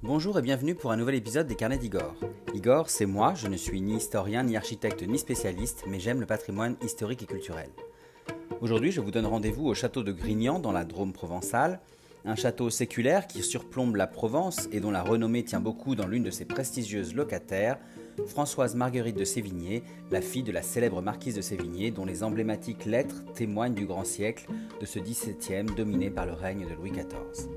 Bonjour et bienvenue pour un nouvel épisode des Carnets d'Igor. Igor, c'est moi, je ne suis ni historien, ni architecte, ni spécialiste, mais j'aime le patrimoine historique et culturel. Aujourd'hui, je vous donne rendez-vous au château de Grignan, dans la Drôme provençale, un château séculaire qui surplombe la Provence et dont la renommée tient beaucoup dans l'une de ses prestigieuses locataires, Françoise Marguerite de Sévigné, la fille de la célèbre marquise de Sévigné, dont les emblématiques lettres témoignent du grand siècle de ce XVIIe dominé par le règne de Louis XIV.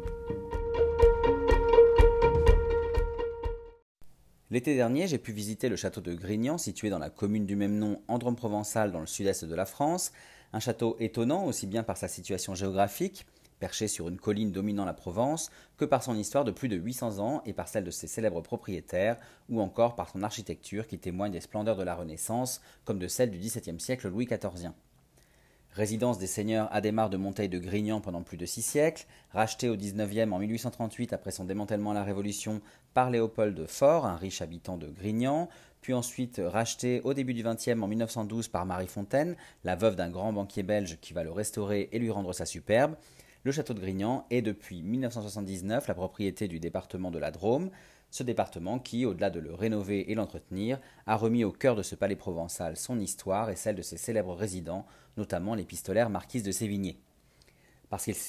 L'été dernier, j'ai pu visiter le château de Grignan, situé dans la commune du même nom, en Drôme provençale, dans le sud-est de la France. Un château étonnant, aussi bien par sa situation géographique, perché sur une colline dominant la Provence, que par son histoire de plus de 800 ans et par celle de ses célèbres propriétaires, ou encore par son architecture qui témoigne des splendeurs de la Renaissance, comme de celle du XVIIe siècle Louis XIVien. Résidence des seigneurs Adhémar de Monteil de Grignan pendant plus de 6 siècles, rachetée au XIXe en 1838 après son démantèlement à la Révolution par Léopold de Fort, un riche habitant de Grignan, puis ensuite rachetée au début du XXe en 1912 par Marie Fontaine, la veuve d'un grand banquier belge qui va le restaurer et lui rendre sa superbe. Le château de Grignan est depuis 1979 la propriété du département de la Drôme, ce département qui, au-delà de le rénover et l'entretenir, a remis au cœur de ce palais provençal son histoire et celle de ses célèbres résidents, notamment l'épistolaire marquise de Sévigné. Parce que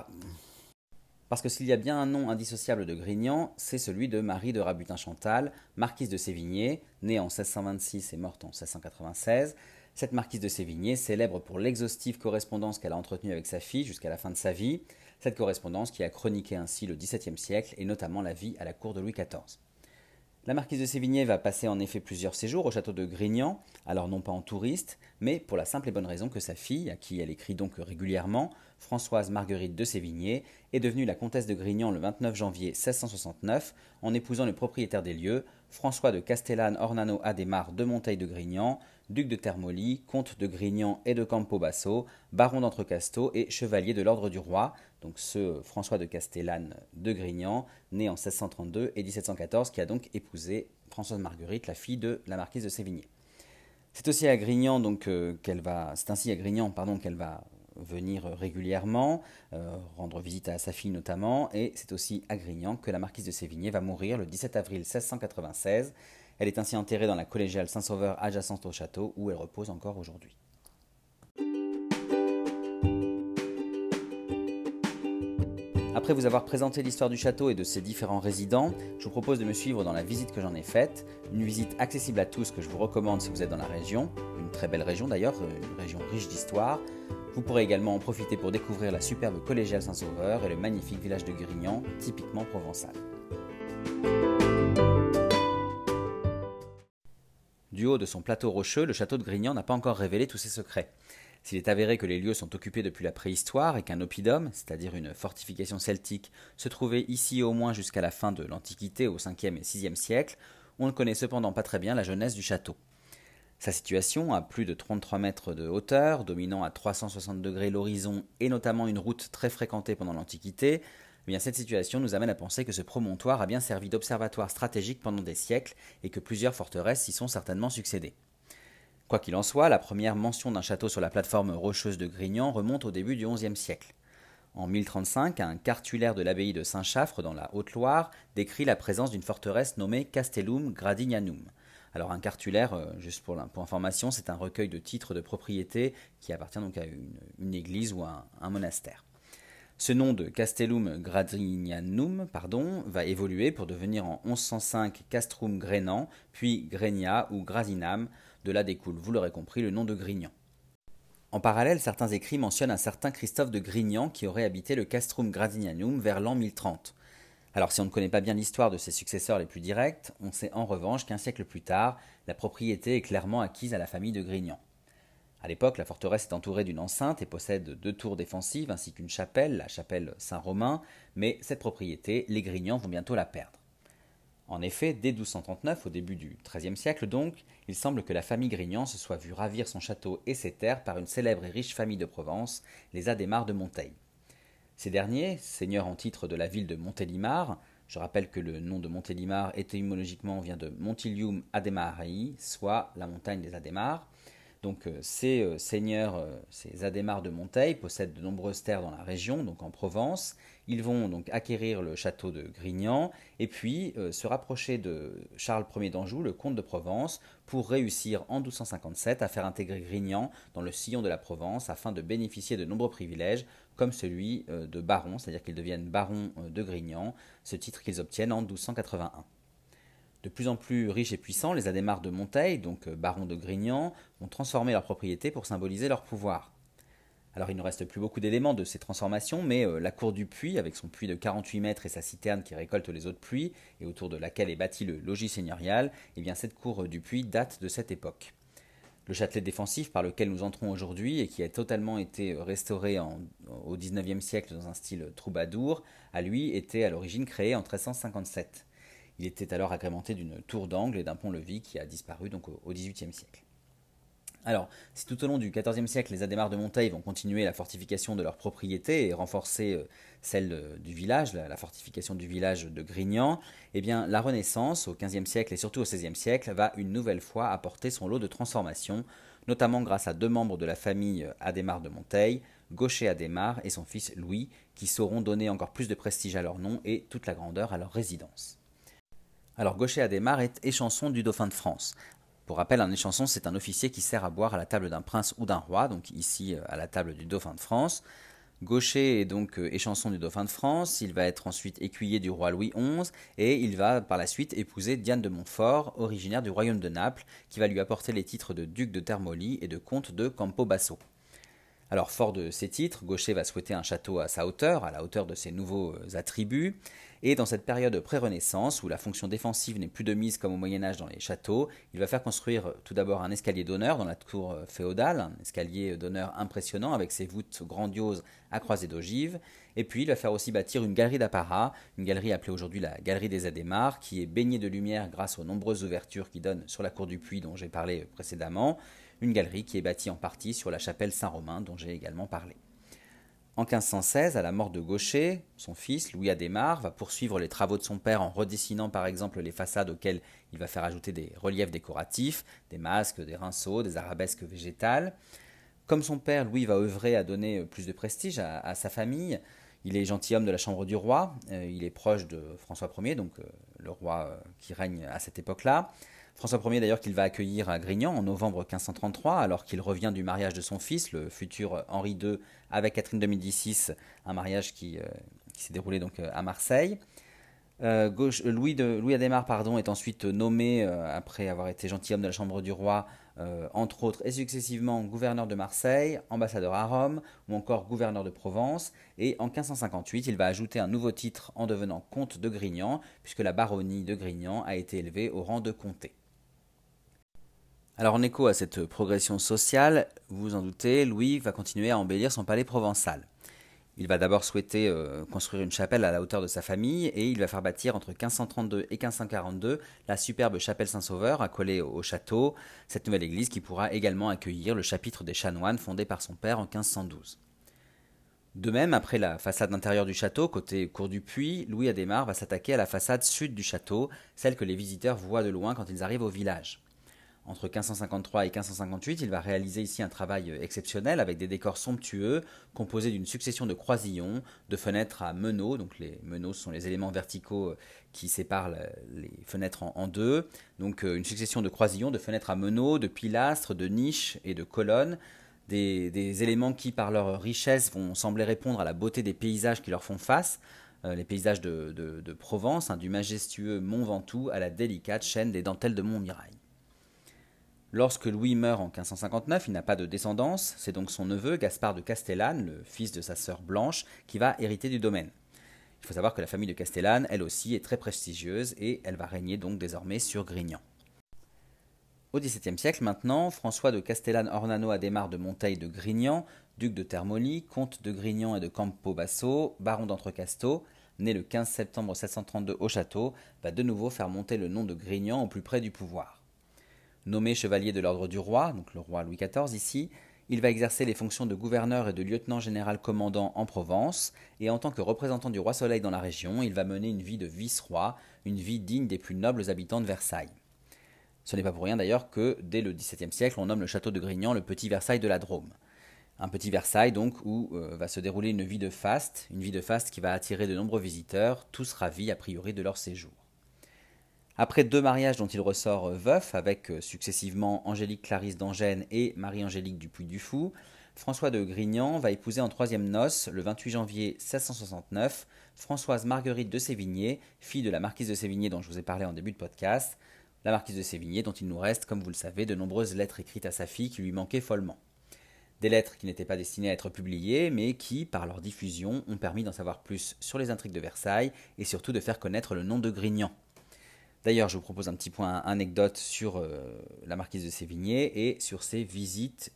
s'il y a bien un nom indissociable de Grignan, c'est celui de Marie de Rabutin-Chantal, marquise de Sévigné, née en 1626 et morte en 1696. Cette marquise de Sévigné, célèbre pour l'exhaustive correspondance qu'elle a entretenue avec sa fille jusqu'à la fin de sa vie, cette correspondance qui a chroniqué ainsi le XVIIe siècle et notamment la vie à la cour de Louis XIV. La marquise de Sévigné va passer en effet plusieurs séjours au château de Grignan, alors non pas en touriste, mais pour la simple et bonne raison que sa fille, à qui elle écrit donc régulièrement, Françoise Marguerite de Sévigné, est devenue la comtesse de Grignan le 29 janvier 1669 en épousant le propriétaire des lieux, François de Castellane Ornano Adhémar de Monteil de Grignan, duc de Termoli, comte de Grignan et de Campobasso, baron d'Entrecasteaux et chevalier de l'ordre du roi, donc ce François de Castellane de Grignan, né en 1632 et 1714, qui a donc épousé Françoise Marguerite, la fille de la marquise de Sévigné. C'est aussi à Grignan c'est ainsi à Grignan qu'elle va venir régulièrement, rendre visite à sa fille notamment, et c'est aussi à Grignan que la marquise de Sévigné va mourir le 17 avril 1696. Elle est ainsi enterrée dans la collégiale Saint-Sauveur adjacente au château où elle repose encore aujourd'hui. Après vous avoir présenté l'histoire du château et de ses différents résidents, je vous propose de me suivre dans la visite que j'en ai faite, une visite accessible à tous que je vous recommande si vous êtes dans la région, une très belle région d'ailleurs, une région riche d'histoire. Vous pourrez également en profiter pour découvrir la superbe collégiale Saint-Sauveur et le magnifique village de Grignan, typiquement provençal. Du haut de son plateau rocheux, le château de Grignan n'a pas encore révélé tous ses secrets. S'il est avéré que les lieux sont occupés depuis la préhistoire et qu'un oppidum, c'est-à-dire une fortification celtique, se trouvait ici au moins jusqu'à la fin de l'Antiquité au 5e et 6e siècle, on ne connaît cependant pas très bien la jeunesse du château. Sa situation, à plus de 33 mètres de hauteur, dominant à 360 degrés l'horizon et notamment une route très fréquentée pendant l'Antiquité, eh bien cette situation nous amène à penser que ce promontoire a bien servi d'observatoire stratégique pendant des siècles et que plusieurs forteresses s'y sont certainement succédées. Quoi qu'il en soit, la première mention d'un château sur la plateforme rocheuse de Grignan remonte au début du XIe siècle. En 1035, un cartulaire de l'abbaye de Saint-Chaffre dans la Haute-Loire décrit la présence d'une forteresse nommée Castellum Gradignanum. Alors un cartulaire, juste pour information, c'est un recueil de titres de propriété qui appartient donc à une église ou à un monastère. Ce nom de Castellum Gradignanum va évoluer pour devenir en 1105 Castrum Grenam, puis Grenia ou Grasinam. De là découle, vous l'aurez compris, le nom de Grignan. En parallèle, certains écrits mentionnent un certain Christophe de Grignan qui aurait habité le Castrum Gradignanum vers l'an 1030. Alors si on ne connaît pas bien l'histoire de ses successeurs les plus directs, on sait en revanche qu'un siècle plus tard, la propriété est clairement acquise à la famille de Grignan. À l'époque, la forteresse est entourée d'une enceinte et possède 2 tours défensives ainsi qu'une chapelle, la chapelle Saint-Romain, mais cette propriété, les Grignans vont bientôt la perdre. En effet, dès 1239, au début du XIIIe siècle donc, il semble que la famille Grignan se soit vue ravir son château et ses terres par une célèbre et riche famille de Provence, les Adhémar de Monteil. Ces derniers, seigneurs en titre de la ville de Montélimar, je rappelle que le nom de Montélimar étymologiquement vient de Montilium Adhemarii, soit la montagne des Adhémar, Donc ces seigneurs, ces Adhémar de Monteil, possèdent de nombreuses terres dans la région, donc en Provence. Ils vont donc acquérir le château de Grignan et puis se rapprocher de Charles Ier d'Anjou, le comte de Provence, pour réussir en 1257 à faire intégrer Grignan dans le sillon de la Provence afin de bénéficier de nombreux privilèges comme celui de baron, c'est-à-dire qu'ils deviennent barons de Grignan, ce titre qu'ils obtiennent en 1281. De plus en plus riches et puissants, les Adhémar de Monteil, donc barons de Grignan, vont transformer leurs propriétés pour symboliser leur pouvoir. Alors il ne reste plus beaucoup d'éléments de ces transformations, mais la cour du puits, avec son puits de 48 mètres et sa citerne qui récolte les eaux de pluie, et autour de laquelle est bâti le logis seigneurial, eh bien cette cour du puits date de cette époque. Le châtelet défensif par lequel nous entrons aujourd'hui et qui a totalement été restauré au XIXe siècle dans un style troubadour, a lui été à l'origine créé en 1357. Il était alors agrémenté d'une tour d'angle et d'un pont-levis qui a disparu donc au XVIIIe siècle. Alors, si tout au long du XIVe siècle, les Adhémar de Monteil vont continuer la fortification de leurs propriétés et renforcer celle du village, la fortification du village de Grignan, eh bien, la Renaissance, au XVe siècle et surtout au XVIe siècle, va une nouvelle fois apporter son lot de transformations, notamment grâce à deux membres de la famille Adhémar de Monteil, Gaucher Adhémar et son fils Louis, qui sauront donner encore plus de prestige à leur nom et toute la grandeur à leur résidence. Alors, Gaucher Adhémar est échanson du dauphin de France. Pour rappel, un échanson, c'est un officier qui sert à boire à la table d'un prince ou d'un roi, donc ici à la table du dauphin de France. Gaucher est donc échanson du dauphin de France, il va être ensuite écuyer du roi Louis XI, et il va par la suite épouser Diane de Montfort, originaire du royaume de Naples, qui va lui apporter les titres de duc de Termoli et de comte de Campobasso. Alors, fort de ces titres, Gaucher va souhaiter un château à sa hauteur, à la hauteur de ses nouveaux attributs. Et dans cette période pré-Renaissance, où la fonction défensive n'est plus de mise comme au Moyen-Âge dans les châteaux, il va faire construire tout d'abord un escalier d'honneur dans la cour féodale, un escalier d'honneur impressionnant avec ses voûtes grandioses à croisée d'ogives. Et puis il va faire aussi bâtir une galerie d'apparat, une galerie appelée aujourd'hui la galerie des Adhémar, qui est baignée de lumière grâce aux nombreuses ouvertures qui donnent sur la cour du puits dont j'ai parlé précédemment. Une galerie qui est bâtie en partie sur la chapelle Saint-Romain dont j'ai également parlé. En 1516, à la mort de Gaucher, son fils, Louis Adhémar, va poursuivre les travaux de son père en redessinant par exemple les façades auxquelles il va faire ajouter des reliefs décoratifs, des masques, des rinceaux, des arabesques végétales. Comme son père, Louis va œuvrer à donner plus de prestige à sa famille. Il est gentilhomme de la chambre du roi, il est proche de François Ier, donc le roi qui règne à cette époque-là. François Ier d'ailleurs qu'il va accueillir à Grignan en novembre 1533 alors qu'il revient du mariage de son fils, le futur Henri II avec Catherine de Médicis, un mariage qui s'est déroulé donc à Marseille. Louis Adhémar est ensuite nommé, après avoir été gentilhomme de la chambre du roi, entre autres et successivement gouverneur de Marseille, ambassadeur à Rome ou encore gouverneur de Provence. Et en 1558, il va ajouter un nouveau titre en devenant comte de Grignan, puisque la baronnie de Grignan a été élevée au rang de comté. Alors en écho à cette progression sociale, vous vous en doutez, Louis va continuer à embellir son palais provençal. Il va d'abord souhaiter construire une chapelle à la hauteur de sa famille et il va faire bâtir entre 1532 et 1542 la superbe chapelle Saint-Sauveur accolée au château, cette nouvelle église qui pourra également accueillir le chapitre des chanoines fondé par son père en 1512. De même, après la façade intérieure du château, côté cour du Puy, Louis Adhémar va s'attaquer à la façade sud du château, celle que les visiteurs voient de loin quand ils arrivent au village. Entre 1553 et 1558, il va réaliser ici un travail exceptionnel avec des décors somptueux composés d'une succession de croisillons, de fenêtres à meneaux. Donc les meneaux sont les éléments verticaux qui séparent les fenêtres en deux. Donc une succession de croisillons, de fenêtres à meneaux, de pilastres, de niches et de colonnes. Des éléments qui, par leur richesse, vont sembler répondre à la beauté des paysages qui leur font face. Les paysages de Provence, du majestueux Mont Ventoux à la délicate chaîne des dentelles de Montmirail. Lorsque Louis meurt en 1559, il n'a pas de descendance, c'est donc son neveu Gaspard de Castellane, le fils de sa sœur Blanche, qui va hériter du domaine. Il faut savoir que la famille de Castellane, elle aussi, est très prestigieuse et elle va régner donc désormais sur Grignan. Au XVIIe siècle maintenant, François de Castellane Ornano Adhémar de Monteil de Grignan, duc de Termoli, comte de Grignan et de Campobasso, baron d'Entrecasteaux, né le 15 septembre 732 au château, va de nouveau faire monter le nom de Grignan au plus près du pouvoir. Nommé chevalier de l'ordre du roi, donc le roi Louis XIV ici, il va exercer les fonctions de gouverneur et de lieutenant général commandant en Provence, et en tant que représentant du roi Soleil dans la région, il va mener une vie de vice-roi, une vie digne des plus nobles habitants de Versailles. Ce n'est pas pour rien d'ailleurs que, dès le XVIIe siècle, on nomme le château de Grignan le Petit Versailles de la Drôme. Un petit Versailles donc où va se dérouler une vie de faste qui va attirer de nombreux visiteurs, tous ravis a priori de leur séjour. Après 2 mariages dont il ressort veuf, avec successivement Angélique Clarisse d'Angène et Marie-Angélique du Puy-du-Fou, François de Grignan va épouser en 3e noces, le 28 janvier 1669, Françoise Marguerite de Sévigné, fille de la marquise de Sévigné dont je vous ai parlé en début de podcast, la marquise de Sévigné dont il nous reste, comme vous le savez, de nombreuses lettres écrites à sa fille qui lui manquaient follement. Des lettres qui n'étaient pas destinées à être publiées, mais qui, par leur diffusion, ont permis d'en savoir plus sur les intrigues de Versailles et surtout de faire connaître le nom de Grignan. D'ailleurs, je vous propose un petit point anecdote sur la marquise de Sévigné et sur ses visites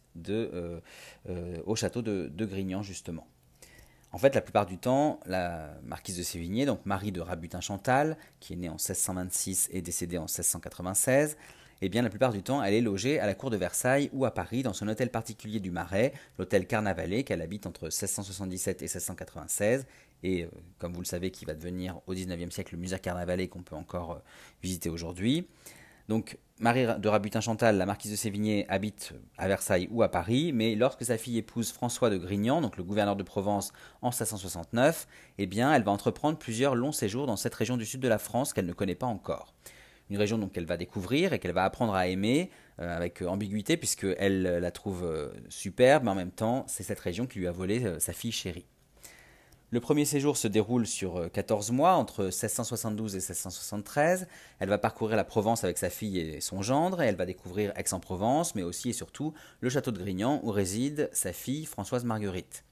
au château de Grignan, justement. En fait, la plupart du temps, la marquise de Sévigné, donc Marie de Rabutin-Chantal, qui est née en 1626 et décédée en 1696, eh bien, la plupart du temps, elle est logée à la cour de Versailles ou à Paris, dans son hôtel particulier du Marais, l'hôtel Carnavalet, qu'elle habite entre 1677 et 1696, et comme vous le savez, qui va devenir au XIXe siècle le musée Carnavalet qu'on peut encore visiter aujourd'hui. Donc, Marie de Rabutin-Chantal, la marquise de Sévigné, habite à Versailles ou à Paris, mais lorsque sa fille épouse François de Grignan, donc le gouverneur de Provence, en 1669, eh bien, elle va entreprendre plusieurs longs séjours dans cette région du sud de la France qu'elle ne connaît pas encore. Une région donc qu'elle va découvrir et qu'elle va apprendre à aimer avec ambiguïté, puisqu'elle la trouve superbe, mais en même temps, c'est cette région qui lui a volé sa fille chérie. Le premier séjour se déroule sur 14 mois, entre 1672 et 1673. Elle va parcourir la Provence avec sa fille et son gendre, et elle va découvrir Aix-en-Provence, mais aussi et surtout le château de Grignan, où réside sa fille Françoise Marguerite.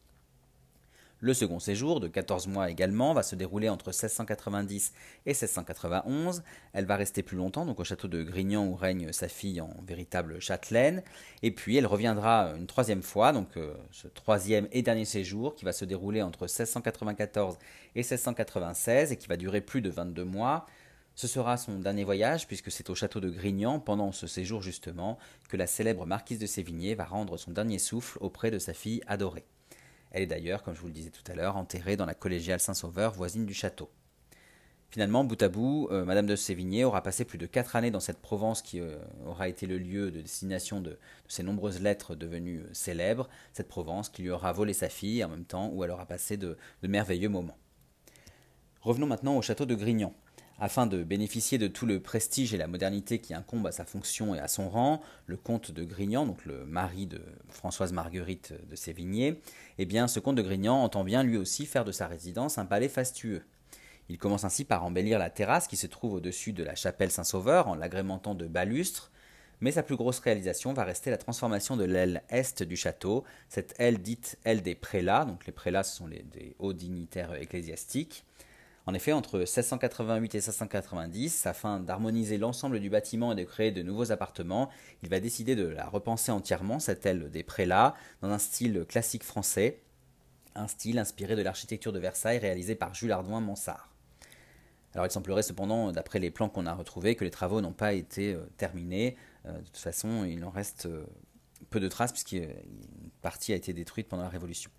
Le second séjour, de 14 mois également, va se dérouler entre 1690 et 1691. Elle va rester plus longtemps, donc au château de Grignan où règne sa fille en véritable châtelaine. Et puis elle reviendra une troisième fois, donc ce troisième et dernier séjour qui va se dérouler entre 1694 et 1696 et qui va durer plus de 22 mois. Ce sera son dernier voyage puisque c'est au château de Grignan, pendant ce séjour justement, que la célèbre marquise de Sévigné va rendre son dernier souffle auprès de sa fille adorée. Elle est d'ailleurs, comme je vous le disais tout à l'heure, enterrée dans la collégiale Saint-Sauveur, voisine du château. Finalement, bout à bout, Madame de Sévigné aura passé plus de 4 années dans cette Provence qui aura été le lieu de destination de ces nombreuses lettres devenues célèbres, cette Provence qui lui aura volé sa fille en même temps où elle aura passé de merveilleux moments. Revenons maintenant au château de Grignan. Afin de bénéficier de tout le prestige et la modernité qui incombent à sa fonction et à son rang, le comte de Grignan, donc le mari de Françoise Marguerite de Sévigné, eh bien ce comte de Grignan entend bien lui aussi faire de sa résidence un palais fastueux. Il commence ainsi par embellir la terrasse qui se trouve au-dessus de la chapelle Saint-Sauveur en l'agrémentant de balustres, mais sa plus grosse réalisation va rester la transformation de l'aile est du château, cette aile dite aile des prélats, donc les prélats ce sont des hauts dignitaires ecclésiastiques. En effet, entre 1688 et 1690, afin d'harmoniser l'ensemble du bâtiment et de créer de nouveaux appartements, il va décider de la repenser entièrement, cette aile des prélats, dans un style classique français, un style inspiré de l'architecture de Versailles réalisée par Jules Hardouin-Mansart. Alors il semblerait cependant, d'après les plans qu'on a retrouvés, que les travaux n'ont pas été terminés. De toute façon, il en reste peu de traces puisqu'une partie a été détruite pendant la Révolution.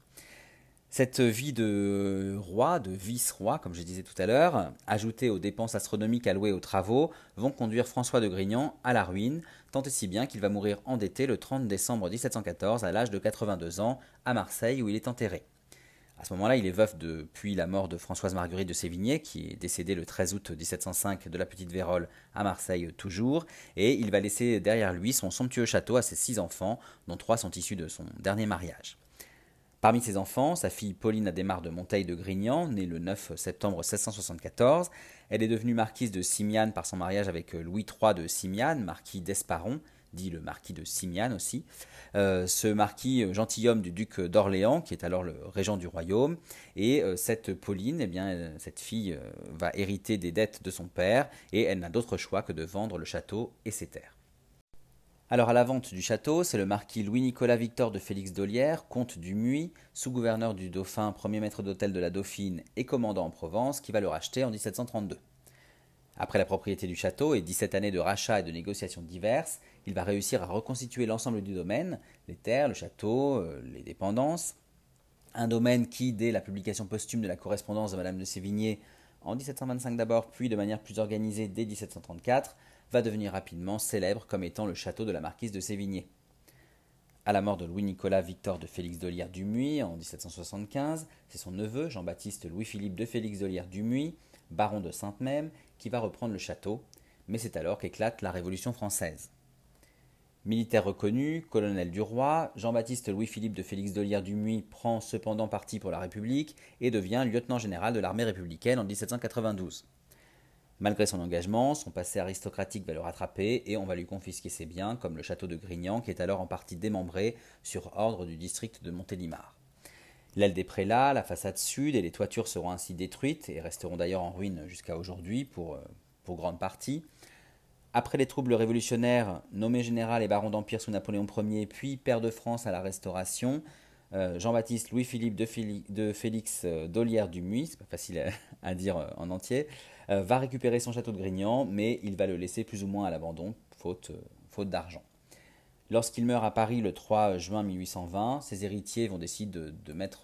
Cette vie de roi, de vice-roi, comme je disais tout à l'heure, ajoutée aux dépenses astronomiques allouées aux travaux, vont conduire François de Grignan à la ruine, tant et si bien qu'il va mourir endetté le 30 décembre 1714 à l'âge de 82 ans à Marseille où il est enterré. À ce moment-là, il est veuf depuis la mort de Françoise Marguerite de Sévigné, qui est décédée le 13 août 1705 de la Petite Vérole à Marseille toujours, et il va laisser derrière lui son somptueux château à ses 6 enfants, dont 3 sont issus de son dernier mariage. Parmi ses enfants, sa fille Pauline Adhémar de Monteil de Grignan, née le 9 septembre 1674, elle est devenue marquise de Simiane par son mariage avec Louis III de Simiane, marquis d'Esparon, dit le marquis de Simiane aussi. Ce marquis gentilhomme du duc d'Orléans, qui est alors le régent du royaume, et cette Pauline, eh bien, cette fille va hériter des dettes de son père, et elle n'a d'autre choix que de vendre le château et ses terres. Alors à la vente du château, c'est le marquis Louis-Nicolas Victor de Félix d'Ollières, comte du Muy, sous-gouverneur du Dauphin, premier maître d'hôtel de la Dauphine et commandant en Provence, qui va le racheter en 1732. Après la propriété du château et 17 années de rachats et de négociations diverses, il va réussir à reconstituer l'ensemble du domaine, les terres, le château, les dépendances. Un domaine qui, dès la publication posthume de la correspondance de Madame de Sévigné, en 1725 d'abord, puis de manière plus organisée dès 1734, va devenir rapidement célèbre comme étant le château de la marquise de Sévigné. À la mort de Louis-Nicolas Victor de Félix d'Ollières d'Umuy en 1775, c'est son neveu Jean-Baptiste Louis-Philippe de Félix d'Ollières d'Umuy, baron de Sainte-Mème, qui va reprendre le château, mais c'est alors qu'éclate la Révolution française. Militaire reconnu, colonel du roi, Jean-Baptiste Louis-Philippe de Félix d'Ollières d'Umuy prend cependant parti pour la République et devient lieutenant général de l'armée républicaine en 1792. Malgré son engagement, son passé aristocratique va le rattraper et on va lui confisquer ses biens, comme le château de Grignan, qui est alors en partie démembré sur ordre du district de Montélimar. L'aile des prélats, la façade sud et les toitures seront ainsi détruites et resteront d'ailleurs en ruine jusqu'à aujourd'hui pour grande partie. Après les troubles révolutionnaires, nommé général et baron d'Empire sous Napoléon Ier, puis pair de France à la Restauration, Jean-Baptiste Louis-Philippe de Félix d'Ollières d'Umuy, c'est pas facile à dire en entier, va récupérer son château de Grignan, mais il va le laisser plus ou moins à l'abandon, faute d'argent. Lorsqu'il meurt à Paris le 3 juin 1820, ses héritiers vont décider de mettre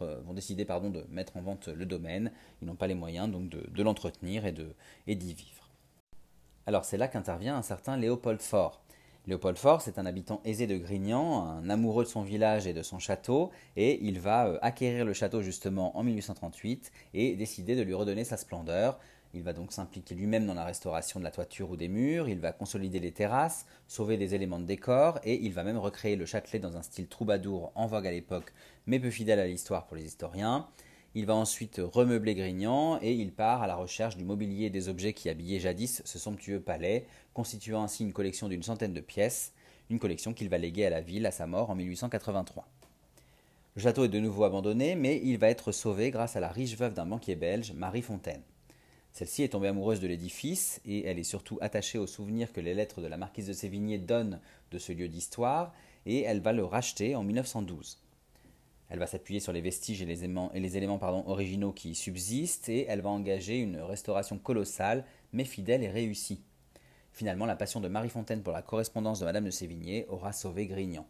en vente le domaine. Ils n'ont pas les moyens donc de l'entretenir et d'y vivre. Alors c'est là qu'intervient un certain Léopold Faure. Léopold Faure, c'est un habitant aisé de Grignan, un amoureux de son village et de son château, et il va acquérir le château justement en 1838 et décider de lui redonner sa splendeur. Il va donc s'impliquer lui-même dans la restauration de la toiture ou des murs, il va consolider les terrasses, sauver des éléments de décor, et il va même recréer le Châtelet dans un style troubadour en vogue à l'époque, mais peu fidèle à l'histoire pour les historiens. Il va ensuite remeubler Grignan et il part à la recherche du mobilier et des objets qui habillaient jadis ce somptueux palais, constituant ainsi une collection d'une centaine de pièces, une collection qu'il va léguer à la ville à sa mort en 1883. Le château est de nouveau abandonné, mais il va être sauvé grâce à la riche veuve d'un banquier belge, Marie Fontaine. Celle-ci est tombée amoureuse de l'édifice et elle est surtout attachée au souvenir que les lettres de la marquise de Sévigné donnent de ce lieu d'histoire et elle va le racheter en 1912. Elle va s'appuyer sur les vestiges et les éléments originaux qui y subsistent et elle va engager une restauration colossale mais fidèle et réussie. Finalement, la passion de Marie Fontaine pour la correspondance de Madame de Sévigné aura sauvé Grignan.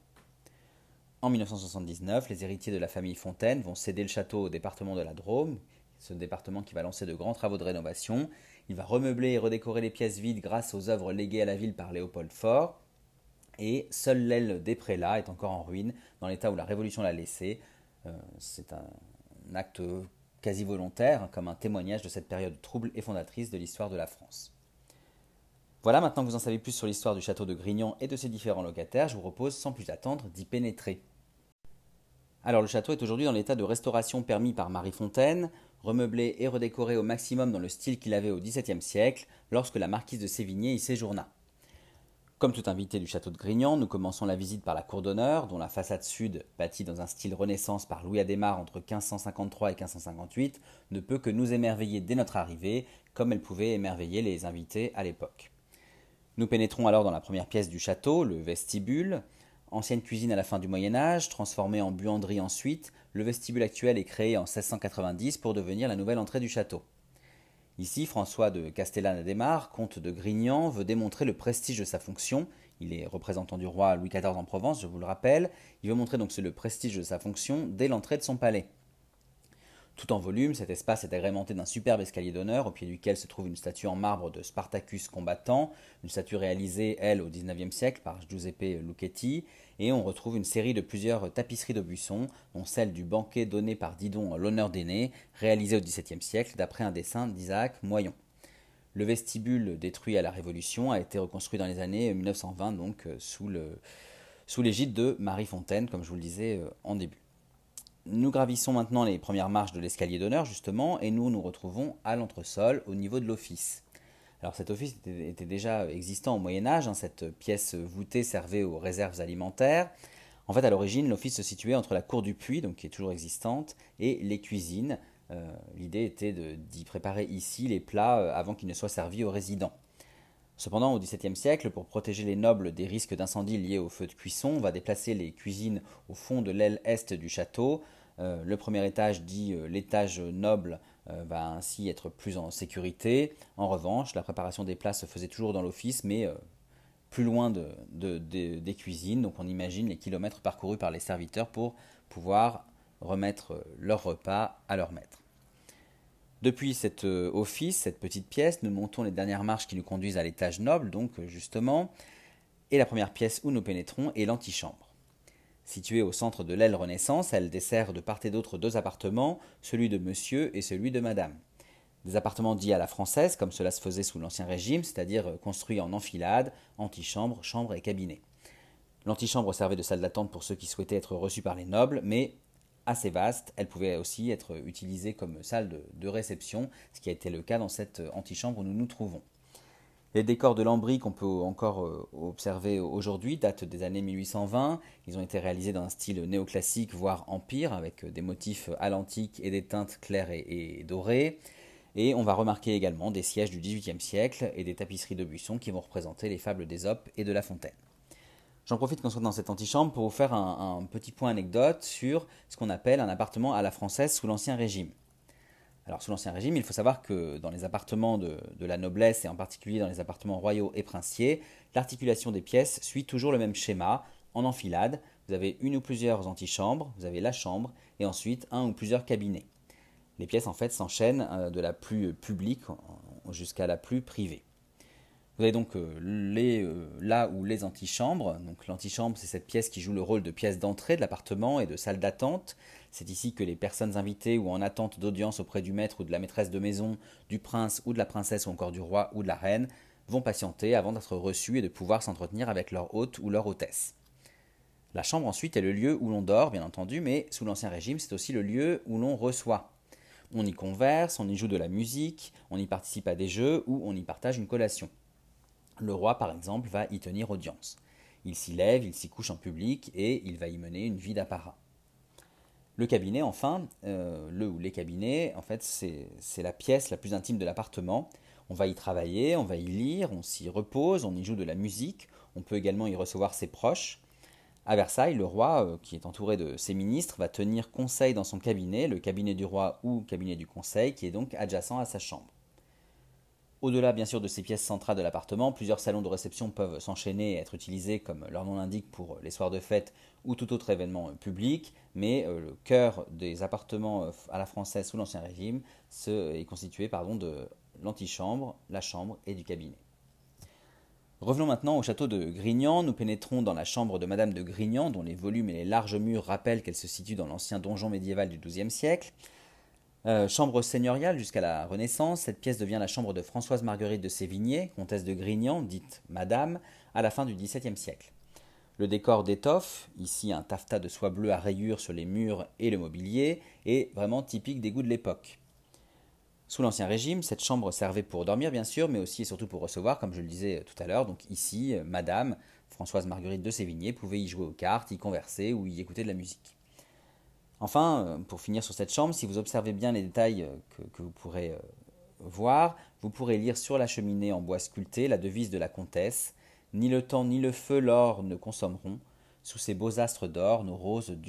En 1979, les héritiers de la famille Fontaine vont céder le château au département de la Drôme, ce département qui va lancer de grands travaux de rénovation. Il va remeubler et redécorer les pièces vides grâce aux œuvres léguées à la ville par Léopold Faure. Et seule l'aile des prélats est encore en ruine, dans l'état où la Révolution l'a laissée. C'est un acte quasi volontaire, comme un témoignage de cette période trouble et fondatrice de l'histoire de la France. Voilà, maintenant que vous en savez plus sur l'histoire du château de Grignan et de ses différents locataires, je vous propose sans plus attendre d'y pénétrer. Alors le château est aujourd'hui dans l'état de restauration permis par Marie Fontaine, remeublé et redécoré au maximum dans le style qu'il avait au XVIIe siècle, lorsque la marquise de Sévigné y séjourna. Comme tout invité du château de Grignan, nous commençons la visite par la cour d'honneur, dont la façade sud, bâtie dans un style Renaissance par Louis Adhémar entre 1553 et 1558, ne peut que nous émerveiller dès notre arrivée, comme elle pouvait émerveiller les invités à l'époque. Nous pénétrons alors dans la première pièce du château, le vestibule. Ancienne cuisine à la fin du Moyen-Âge, transformée en buanderie ensuite, le vestibule actuel est créé en 1690 pour devenir la nouvelle entrée du château. Ici, François de Castellane-Adhémar, comte de Grignan, veut démontrer le prestige de sa fonction. Il est représentant du roi Louis XIV en Provence, je vous le rappelle. Il veut montrer donc le prestige de sa fonction dès l'entrée de son palais. Tout en volume, cet espace est agrémenté d'un superbe escalier d'honneur, au pied duquel se trouve une statue en marbre de Spartacus combattant, une statue réalisée, elle, au XIXe siècle par Giuseppe Lucchetti, et on retrouve une série de plusieurs tapisseries d'Aubusson, dont celle du banquet donné par Didon l'honneur d'aîné, réalisée au XVIIe siècle d'après un dessin d'Isaac Moyon. Le vestibule, détruit à la Révolution, a été reconstruit dans les années 1920, donc sous l'égide de Marie Fontaine, comme je vous le disais en début. Nous gravissons maintenant les premières marches de l'escalier d'honneur, justement, et nous nous retrouvons à l'entresol, au niveau de l'office. Alors cet office était déjà existant au Moyen-Âge, cette pièce voûtée servait aux réserves alimentaires. En fait, à l'origine, l'office se situait entre la cour du puits, donc qui est toujours existante, et les cuisines. L'idée était d'y préparer ici les plats avant qu'ils ne soient servis aux résidents. Cependant, au XVIIe siècle, pour protéger les nobles des risques d'incendie liés au feu de cuisson, on va déplacer les cuisines au fond de l'aile est du château. Le premier étage, dit l'étage noble, va ainsi être plus en sécurité. En revanche, la préparation des plats se faisait toujours dans l'office, mais plus loin des cuisines. Donc on imagine les kilomètres parcourus par les serviteurs pour pouvoir remettre leur repas à leur maître. Depuis cet office, cette petite pièce, nous montons les dernières marches qui nous conduisent à l'étage noble, donc justement, et la première pièce où nous pénétrons est l'antichambre. Située au centre de l'aile Renaissance, elle dessert de part et d'autre deux appartements, celui de monsieur et celui de madame. Des appartements dits à la française, comme cela se faisait sous l'Ancien Régime, c'est-à-dire construits en enfilade, antichambre, chambre et cabinet. L'antichambre servait de salle d'attente pour ceux qui souhaitaient être reçus par les nobles, mais assez vaste, elle pouvait aussi être utilisée comme salle de réception, ce qui a été le cas dans cette antichambre où nous nous trouvons. Les décors de lambris qu'on peut encore observer aujourd'hui datent des années 1820. Ils ont été réalisés dans un style néoclassique, voire empire, avec des motifs à l'antique et des teintes claires et dorées. Et on va remarquer également des sièges du XVIIIe siècle et des tapisseries de buissons qui vont représenter les fables d'Ésope et de La Fontaine. J'en profite qu'on soit dans cette antichambre pour vous faire un petit point anecdote sur ce qu'on appelle un appartement à la française sous l'Ancien Régime. Alors sous l'Ancien Régime, il faut savoir que dans les appartements de la noblesse, et en particulier dans les appartements royaux et princiers, l'articulation des pièces suit toujours le même schéma, en enfilade. Vous avez une ou plusieurs antichambres, vous avez la chambre, et ensuite un ou plusieurs cabinets. Les pièces en fait s'enchaînent de la plus publique jusqu'à la plus privée. Vous avez donc là où les antichambres. Donc l'antichambre, c'est cette pièce qui joue le rôle de pièce d'entrée de l'appartement et de salle d'attente. C'est ici que les personnes invitées ou en attente d'audience auprès du maître ou de la maîtresse de maison, du prince ou de la princesse ou encore du roi ou de la reine vont patienter avant d'être reçues et de pouvoir s'entretenir avec leur hôte ou leur hôtesse. La chambre ensuite est le lieu où l'on dort, bien entendu, mais sous l'Ancien Régime, c'est aussi le lieu où l'on reçoit. On y converse, on y joue de la musique, on y participe à des jeux ou on y partage une collation. Le roi, par exemple, va y tenir audience. Il s'y lève, il s'y couche en public et il va y mener une vie d'apparat. Le cabinet, enfin, le ou les cabinets, en fait, c'est la pièce la plus intime de l'appartement. On va y travailler, on va y lire, on s'y repose, on y joue de la musique, on peut également y recevoir ses proches. À Versailles, le roi, qui est entouré de ses ministres, va tenir conseil dans son cabinet, le cabinet du roi ou cabinet du conseil, qui est donc adjacent à sa chambre. Au-delà bien sûr de ces pièces centrales de l'appartement, plusieurs salons de réception peuvent s'enchaîner et être utilisés comme leur nom l'indique pour les soirs de fête ou tout autre événement public, mais le cœur des appartements à la française sous l'Ancien Régime est constitué de l'antichambre, la chambre et du cabinet. Revenons maintenant au château de Grignan. Nous pénétrons dans la chambre de Madame de Grignan, dont les volumes et les larges murs rappellent qu'elle se situe dans l'ancien donjon médiéval du XIIe siècle. Chambre seigneuriale jusqu'à la Renaissance, cette pièce devient la chambre de Françoise Marguerite de Sévigné, comtesse de Grignan, dite Madame, à la fin du XVIIe siècle. Le décor d'étoffe, ici un taffetas de soie bleue à rayures sur les murs et le mobilier, est vraiment typique des goûts de l'époque. Sous l'Ancien Régime, cette chambre servait pour dormir bien sûr, mais aussi et surtout pour recevoir, comme je le disais tout à l'heure. Donc ici, Madame Françoise Marguerite de Sévigné pouvait y jouer aux cartes, y converser ou y écouter de la musique. Enfin, pour finir sur cette chambre, si vous observez bien les détails que vous pourrez voir, vous pourrez lire sur la cheminée en bois sculpté la devise de la comtesse « Ni le temps ni le feu l'or ne consommeront, sous ces beaux astres d'or nos roses dureront ».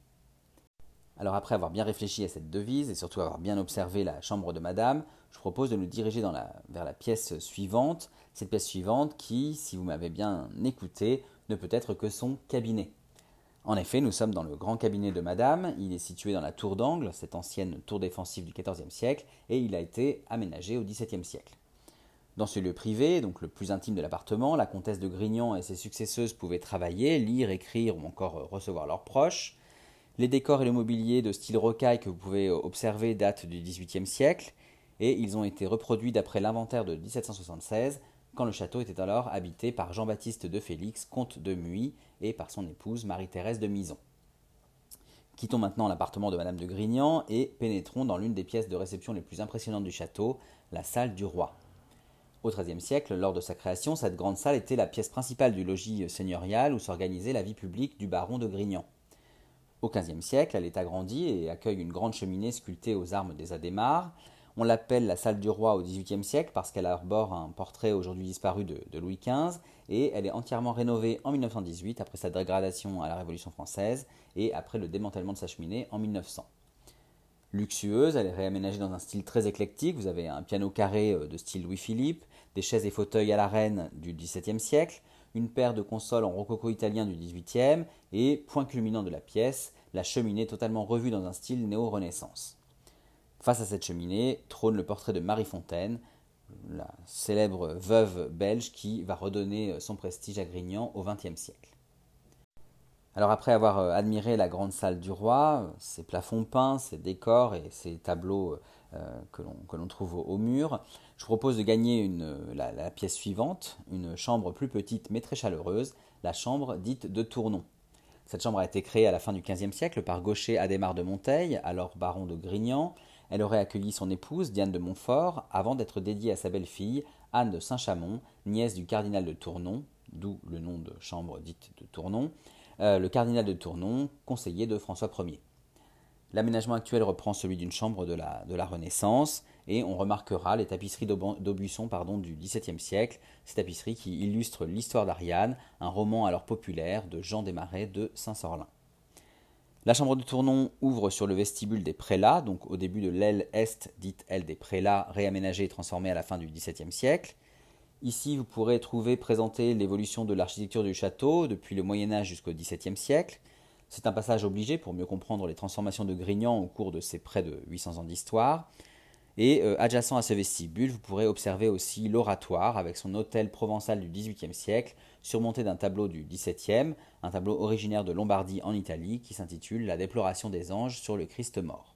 Alors après avoir bien réfléchi à cette devise et surtout avoir bien observé la chambre de Madame, je vous propose de nous diriger vers la pièce suivante. Cette pièce suivante qui, si vous m'avez bien écouté, ne peut être que son cabinet. En effet, nous sommes dans le grand cabinet de Madame. Il est situé dans la tour d'angle, cette ancienne tour défensive du XIVe siècle, et il a été aménagé au XVIIe siècle. Dans ce lieu privé, donc le plus intime de l'appartement, la comtesse de Grignan et ses successeuses pouvaient travailler, lire, écrire ou encore recevoir leurs proches. Les décors et le mobilier de style rocaille que vous pouvez observer datent du XVIIIe siècle, et ils ont été reproduits d'après l'inventaire de 1776, quand le château était alors habité par Jean-Baptiste de Félix, comte de Muy, et par son épouse Marie-Thérèse de Mison. Quittons maintenant l'appartement de Madame de Grignan et pénétrons dans l'une des pièces de réception les plus impressionnantes du château, la salle du roi. Au XIIIe siècle, lors de sa création, cette grande salle était la pièce principale du logis seigneurial où s'organisait la vie publique du baron de Grignan. Au XVe siècle, elle est agrandie et accueille une grande cheminée sculptée aux armes des Adhémar. On l'appelle la salle du roi au XVIIIe siècle parce qu'elle arbore un portrait aujourd'hui disparu de Louis XV et elle est entièrement rénovée en 1918 après sa dégradation à la Révolution française et après le démantèlement de sa cheminée en 1900. Luxueuse, elle est réaménagée dans un style très éclectique. Vous avez un piano carré de style Louis-Philippe, des chaises et fauteuils à la reine du XVIIe siècle, une paire de consoles en rococo italien du XVIIIe et, point culminant de la pièce, la cheminée totalement revue dans un style néo-renaissance. Face à cette cheminée trône le portrait de Marie Fontaine, la célèbre veuve belge qui va redonner son prestige à Grignan au XXe siècle. Alors après avoir admiré la grande salle du roi, ses plafonds peints, ses décors et ses tableaux que l'on trouve au mur, je vous propose de gagner la pièce suivante, une chambre plus petite mais très chaleureuse, la chambre dite de Tournon. Cette chambre a été créée à la fin du XVe siècle par Gaucher Adhémar de Monteil, alors baron de Grignan. Elle aurait accueilli son épouse, Diane de Montfort, avant d'être dédiée à sa belle-fille, Anne de Saint-Chamond, nièce du cardinal de Tournon, d'où le nom de chambre dite de Tournon, le cardinal de Tournon, conseiller de François Ier. L'aménagement actuel reprend celui d'une chambre de la Renaissance et on remarquera les tapisseries d'Aubusson du XVIIe siècle, ces tapisseries qui illustrent l'histoire d'Ariane, un roman alors populaire de Jean Desmarais de Saint-Sorlin. La chambre de Tournon ouvre sur le vestibule des prélats, donc au début de l'aile est, dite aile des prélats, réaménagée et transformée à la fin du XVIIe siècle. Ici, vous pourrez trouver présentée l'évolution de l'architecture du château depuis le Moyen-Âge jusqu'au XVIIe siècle. C'est un passage obligé pour mieux comprendre les transformations de Grignan au cours de ces près de 800 ans d'histoire. Et adjacent à ce vestibule, vous pourrez observer aussi l'oratoire avec son hôtel provençal du XVIIIe siècle, surmonté d'un tableau du XVIIe, un tableau originaire de Lombardie en Italie qui s'intitule La déploration des anges sur le Christ mort.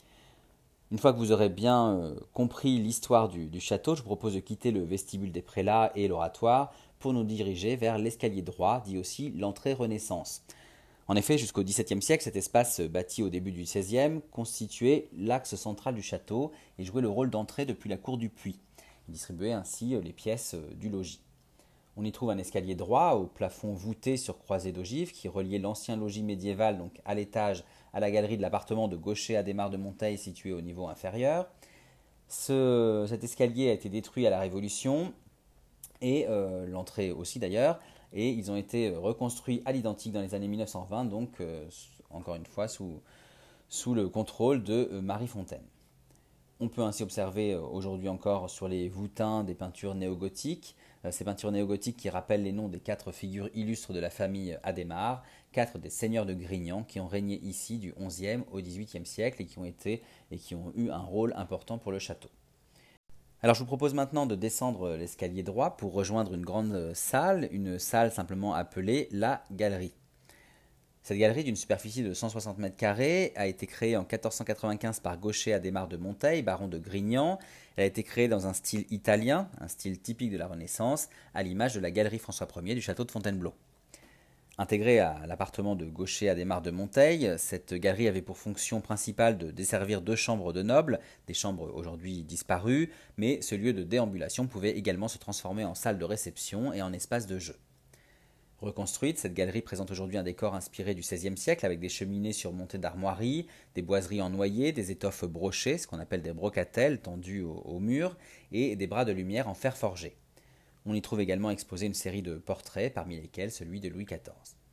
Une fois que vous aurez bien compris l'histoire du château, je vous propose de quitter le vestibule des prélats et l'oratoire pour nous diriger vers l'escalier droit, dit aussi l'entrée Renaissance. En effet, jusqu'au XVIIe siècle, cet espace bâti au début du XVIe constituait l'axe central du château et jouait le rôle d'entrée depuis la cour du puits. Il distribuait ainsi les pièces du logis. On y trouve un escalier droit au plafond voûté sur croisée d'ogives qui reliait l'ancien logis médiéval donc à l'étage à la galerie de l'appartement de Gaucher Adhémar de Monteil situé au niveau inférieur. Cet escalier a été détruit à la Révolution et l'entrée aussi d'ailleurs, et ils ont été reconstruits à l'identique dans les années 1920, donc encore une fois sous le contrôle de Marie Fontaine. On peut ainsi observer aujourd'hui encore sur les voûtins des peintures néogothiques, ces peintures néogothiques qui rappellent les noms des 4 figures illustres de la famille Adhémar, 4 des seigneurs de Grignan qui ont régné ici du XIe au XVIIIe siècle et qui ont eu un rôle important pour le château. Alors je vous propose maintenant de descendre l'escalier droit pour rejoindre une salle simplement appelée la galerie. Cette galerie d'une superficie de 160 mètres carrés a été créée en 1495 par Gaucher Adhémar de Monteil, baron de Grignan. Elle a été créée dans un style italien, un style typique de la Renaissance, à l'image de la galerie François Ier du château de Fontainebleau. Intégrée à l'appartement de Gaucher Adhémar de Monteil, cette galerie avait pour fonction principale de desservir 2 chambres de nobles, des chambres aujourd'hui disparues, mais ce lieu de déambulation pouvait également se transformer en salle de réception et en espace de jeu. Reconstruite, cette galerie présente aujourd'hui un décor inspiré du XVIe siècle avec des cheminées surmontées d'armoiries, des boiseries en noyer, des étoffes brochées, ce qu'on appelle des brocatelles tendues au mur, et des bras de lumière en fer forgé. On y trouve également exposé une série de portraits, parmi lesquels celui de Louis XIV.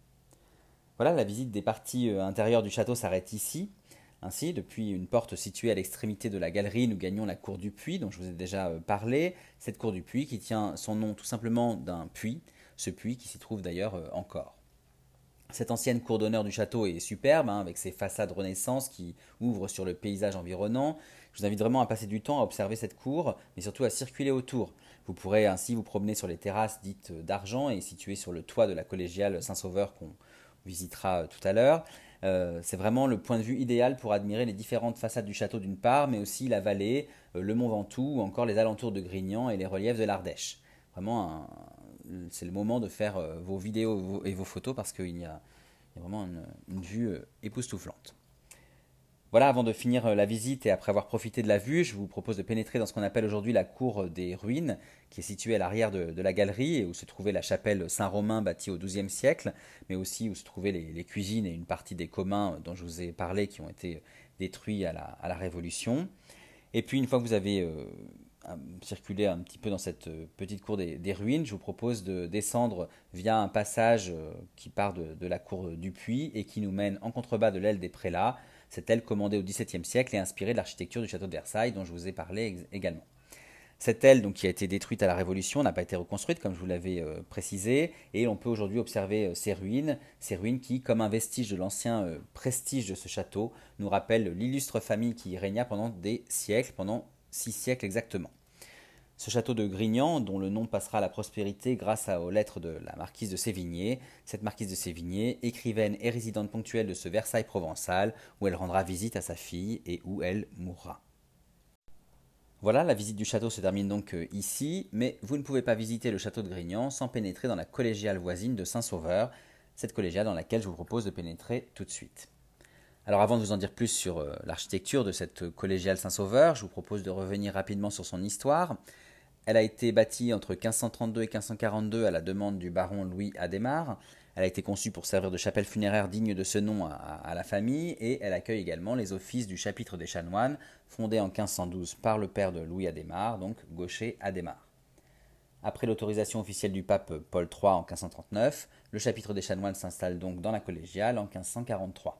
Voilà, la visite des parties intérieures du château s'arrête ici. Ainsi, depuis une porte située à l'extrémité de la galerie, nous gagnons la cour du puits, dont je vous ai déjà parlé. Cette cour du puits qui tient son nom tout simplement d'un puits, ce puits qui s'y trouve d'ailleurs encore. Cette ancienne cour d'honneur du château est superbe, avec ses façades Renaissance qui ouvrent sur le paysage environnant. Je vous invite vraiment à passer du temps à observer cette cour, mais surtout à circuler autour. Vous pourrez ainsi vous promener sur les terrasses dites d'argent et situées sur le toit de la collégiale Saint-Sauveur qu'on visitera tout à l'heure. C'est vraiment le point de vue idéal pour admirer les différentes façades du château d'une part, mais aussi la vallée, le Mont Ventoux ou encore les alentours de Grignan et les reliefs de l'Ardèche. Vraiment, c'est le moment de faire vos vidéos et vos photos parce qu'il y a vraiment une vue époustouflante. Voilà, avant de finir la visite et après avoir profité de la vue, je vous propose de pénétrer dans ce qu'on appelle aujourd'hui la cour des ruines, qui est située à l'arrière de la galerie et où se trouvait la chapelle Saint-Romain bâtie au XIIe siècle, mais aussi où se trouvaient les cuisines et une partie des communs dont je vous ai parlé qui ont été détruits à la Révolution. Et puis une fois que vous avez circulé un petit peu dans cette petite cour des ruines, je vous propose de descendre via un passage qui part de la cour du puits et qui nous mène en contrebas de l'aile des prélats. Cette aile commandée au XVIIe siècle et inspirée de l'architecture du château de Versailles dont je vous ai parlé également. Cette aile, donc, qui a été détruite à la Révolution, n'a pas été reconstruite, comme je vous l'avais précisé, et on peut aujourd'hui observer ces ruines qui, comme un vestige de l'ancien prestige de ce château, nous rappellent l'illustre famille qui y régna pendant des siècles, pendant 6 siècles exactement. Ce château de Grignan, dont le nom passera à la prospérité grâce aux lettres de la marquise de Sévigné, cette marquise de Sévigné, écrivaine et résidente ponctuelle de ce Versailles provençal, où elle rendra visite à sa fille et où elle mourra. Voilà, la visite du château se termine donc ici, mais vous ne pouvez pas visiter le château de Grignan sans pénétrer dans la collégiale voisine de Saint-Sauveur, cette collégiale dans laquelle je vous propose de pénétrer tout de suite. Alors avant de vous en dire plus sur l'architecture de cette collégiale Saint-Sauveur, je vous propose de revenir rapidement sur son histoire. Elle a été bâtie entre 1532 et 1542 à la demande du baron Louis Adhémar. Elle a été conçue pour servir de chapelle funéraire digne de ce nom à la famille et elle accueille également les offices du chapitre des chanoines, fondé en 1512 par le père de Louis Adhémar, donc Gaucher Adhémar. Après l'autorisation officielle du pape Paul III en 1539, le chapitre des chanoines s'installe donc dans la collégiale en 1543.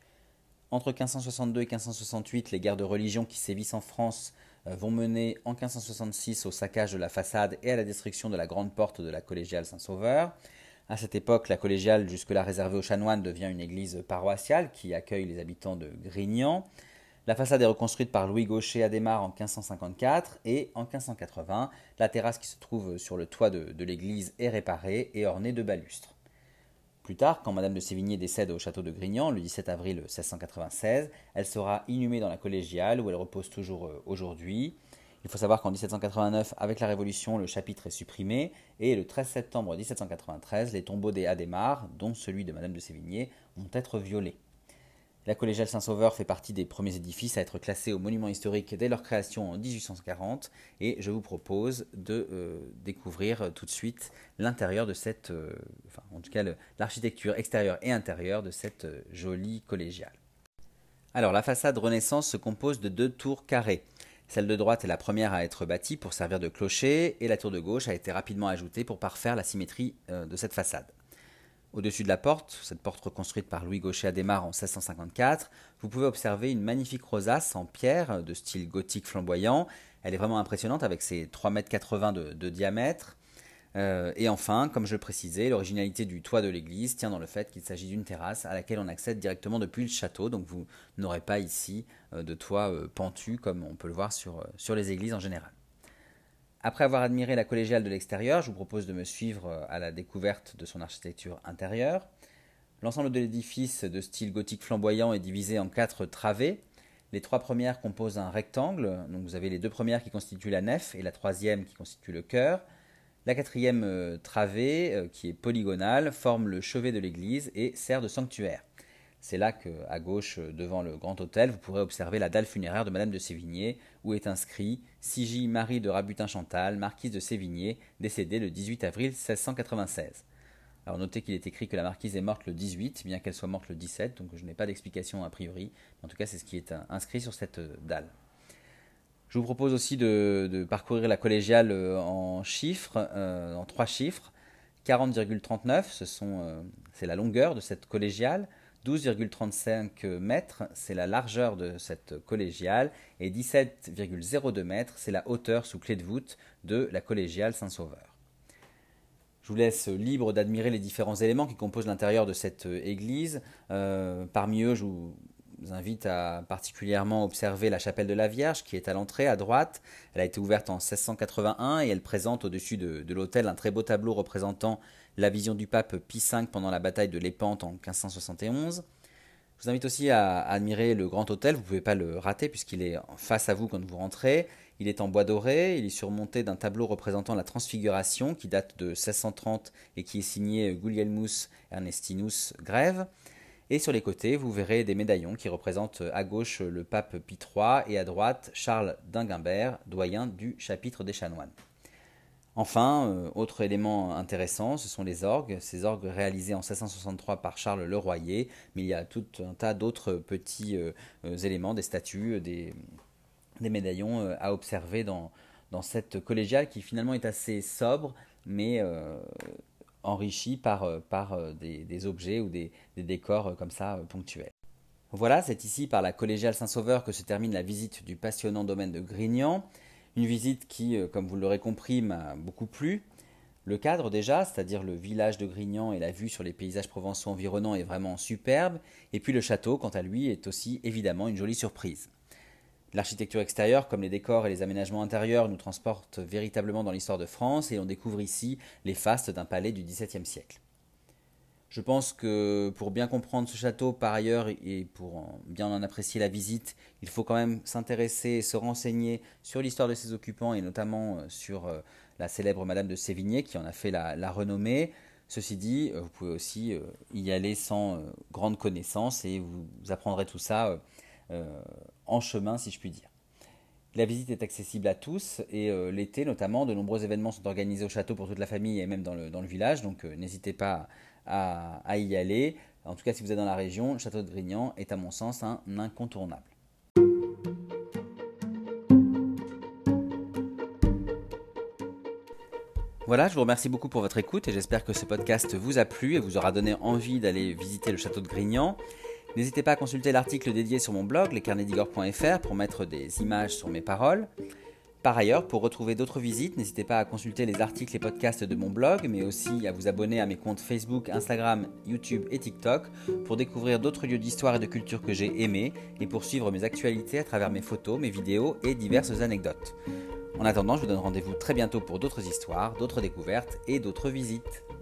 Entre 1562 et 1568, les guerres de religion qui sévissent en France vont mener en 1566 au saccage de la façade et à la destruction de la grande porte de la collégiale Saint-Sauveur. À cette époque, la collégiale, jusque-là réservée aux chanoines, devient une église paroissiale qui accueille les habitants de Grignan. La façade est reconstruite par Louis Gaucher Adhémar en 1554 et en 1580, la terrasse qui se trouve sur le toit de l'église est réparée et ornée de balustres. Plus tard, quand Madame de Sévigné décède au château de Grignan le 17 avril 1696, elle sera inhumée dans la collégiale où elle repose toujours aujourd'hui. Il faut savoir qu'en 1789, avec la Révolution, le chapitre est supprimé et le 13 septembre 1793, les tombeaux des Adhémar, dont celui de Madame de Sévigné, vont être violés. La collégiale Saint-Sauveur fait partie des premiers édifices à être classés au monument historique dès leur création en 1840 et je vous propose de découvrir tout de suite l'intérieur de cette, en tout cas l'architecture extérieure et intérieure de cette jolie collégiale. Alors la façade Renaissance se compose de 2 tours carrées. Celle de droite est la première à être bâtie pour servir de clocher et la tour de gauche a été rapidement ajoutée pour parfaire la symétrie de cette façade. Au-dessus de la porte, cette porte reconstruite par Louis Gaucher Adhémar en 1654, vous pouvez observer une magnifique rosace en pierre de style gothique flamboyant. Elle est vraiment impressionnante avec ses 3,80 m de diamètre. Et enfin, comme je le précisais, l'originalité du toit de l'église tient dans le fait qu'il s'agit d'une terrasse à laquelle on accède directement depuis le château. Donc vous n'aurez pas ici de toit pentu comme on peut le voir sur les églises en général. Après avoir admiré la collégiale de l'extérieur, je vous propose de me suivre à la découverte de son architecture intérieure. L'ensemble de l'édifice de style gothique flamboyant est divisé en 4 travées. Les 3 premières composent un rectangle, donc vous avez les 2 premières qui constituent la nef et la 3e qui constitue le chœur. La 4e travée, qui est polygonale, forme le chevet de l'église et sert de sanctuaire. C'est là qu'à gauche, devant le grand autel, vous pourrez observer la dalle funéraire de Madame de Sévigné, où est inscrit Sigy Marie de Rabutin-Chantal, marquise de Sévigné, décédée le 18 avril 1696. Alors notez qu'il est écrit que la marquise est morte le 18, bien qu'elle soit morte le 17, donc je n'ai pas d'explication a priori. En tout cas, c'est ce qui est inscrit sur cette dalle. Je vous propose aussi de parcourir la collégiale en chiffres, en 3 chiffres. 40,39, c'est la longueur de cette collégiale. 12,35 mètres, c'est la largeur de cette collégiale, et 17,02 mètres, c'est la hauteur sous clé de voûte de la collégiale Saint-Sauveur. Je vous laisse libre d'admirer les différents éléments qui composent l'intérieur de cette église. Parmi eux, je vous invite à particulièrement observer la chapelle de la Vierge qui est à l'entrée à droite. Elle a été ouverte en 1681 et elle présente au-dessus de l'autel un très beau tableau représentant la vision du pape Pie V pendant la bataille de Lépante en 1571. Je vous invite aussi à admirer le grand autel, vous ne pouvez pas le rater puisqu'il est face à vous quand vous rentrez. Il est en bois doré, il est surmonté d'un tableau représentant la Transfiguration qui date de 1630 et qui est signé Gulielmus Ernestinus Grève. Et sur les côtés, vous verrez des médaillons qui représentent à gauche le pape Pie III et à droite Charles d'Inguimbert, doyen du chapitre des chanoines. Enfin, autre élément intéressant, ce sont les orgues. Ces orgues réalisés en 1663 par Charles Le Royer, mais il y a tout un tas d'autres petits éléments, des statues, des médaillons à observer dans cette collégiale qui finalement est assez sobre, mais enrichi par des objets ou des décors comme ça ponctuels. Voilà, c'est ici par la collégiale Saint-Sauveur que se termine la visite du passionnant domaine de Grignan. Une visite qui, comme vous l'aurez compris, m'a beaucoup plu. Le cadre déjà, c'est-à-dire le village de Grignan et la vue sur les paysages provençaux environnants est vraiment superbe. Et puis le château, quant à lui, est aussi évidemment une jolie surprise. L'architecture extérieure, comme les décors et les aménagements intérieurs, nous transportent véritablement dans l'histoire de France et on découvre ici les fastes d'un palais du XVIIe siècle. Je pense que pour bien comprendre ce château par ailleurs et pour bien en apprécier la visite, il faut quand même s'intéresser et se renseigner sur l'histoire de ses occupants et notamment sur la célèbre Madame de Sévigné qui en a fait la renommée. Ceci dit, vous pouvez aussi y aller sans grande connaissance et vous apprendrez tout ça en chemin si je puis dire. La visite est accessible à tous et l'été notamment, de nombreux événements sont organisés au château pour toute la famille et même dans le village, donc n'hésitez pas à y aller. En tout cas, si vous êtes dans la région, le château de Grignan est à mon sens un incontournable. Voilà, je vous remercie beaucoup pour votre écoute et j'espère que ce podcast vous a plu et vous aura donné envie d'aller visiter le château de Grignan. N'hésitez pas à consulter l'article dédié sur mon blog, lescarnetsdigor.fr, pour mettre des images sur mes paroles. Par ailleurs, pour retrouver d'autres visites, n'hésitez pas à consulter les articles et podcasts de mon blog, mais aussi à vous abonner à mes comptes Facebook, Instagram, YouTube et TikTok pour découvrir d'autres lieux d'histoire et de culture que j'ai aimés et pour suivre mes actualités à travers mes photos, mes vidéos et diverses anecdotes. En attendant, je vous donne rendez-vous très bientôt pour d'autres histoires, d'autres découvertes et d'autres visites.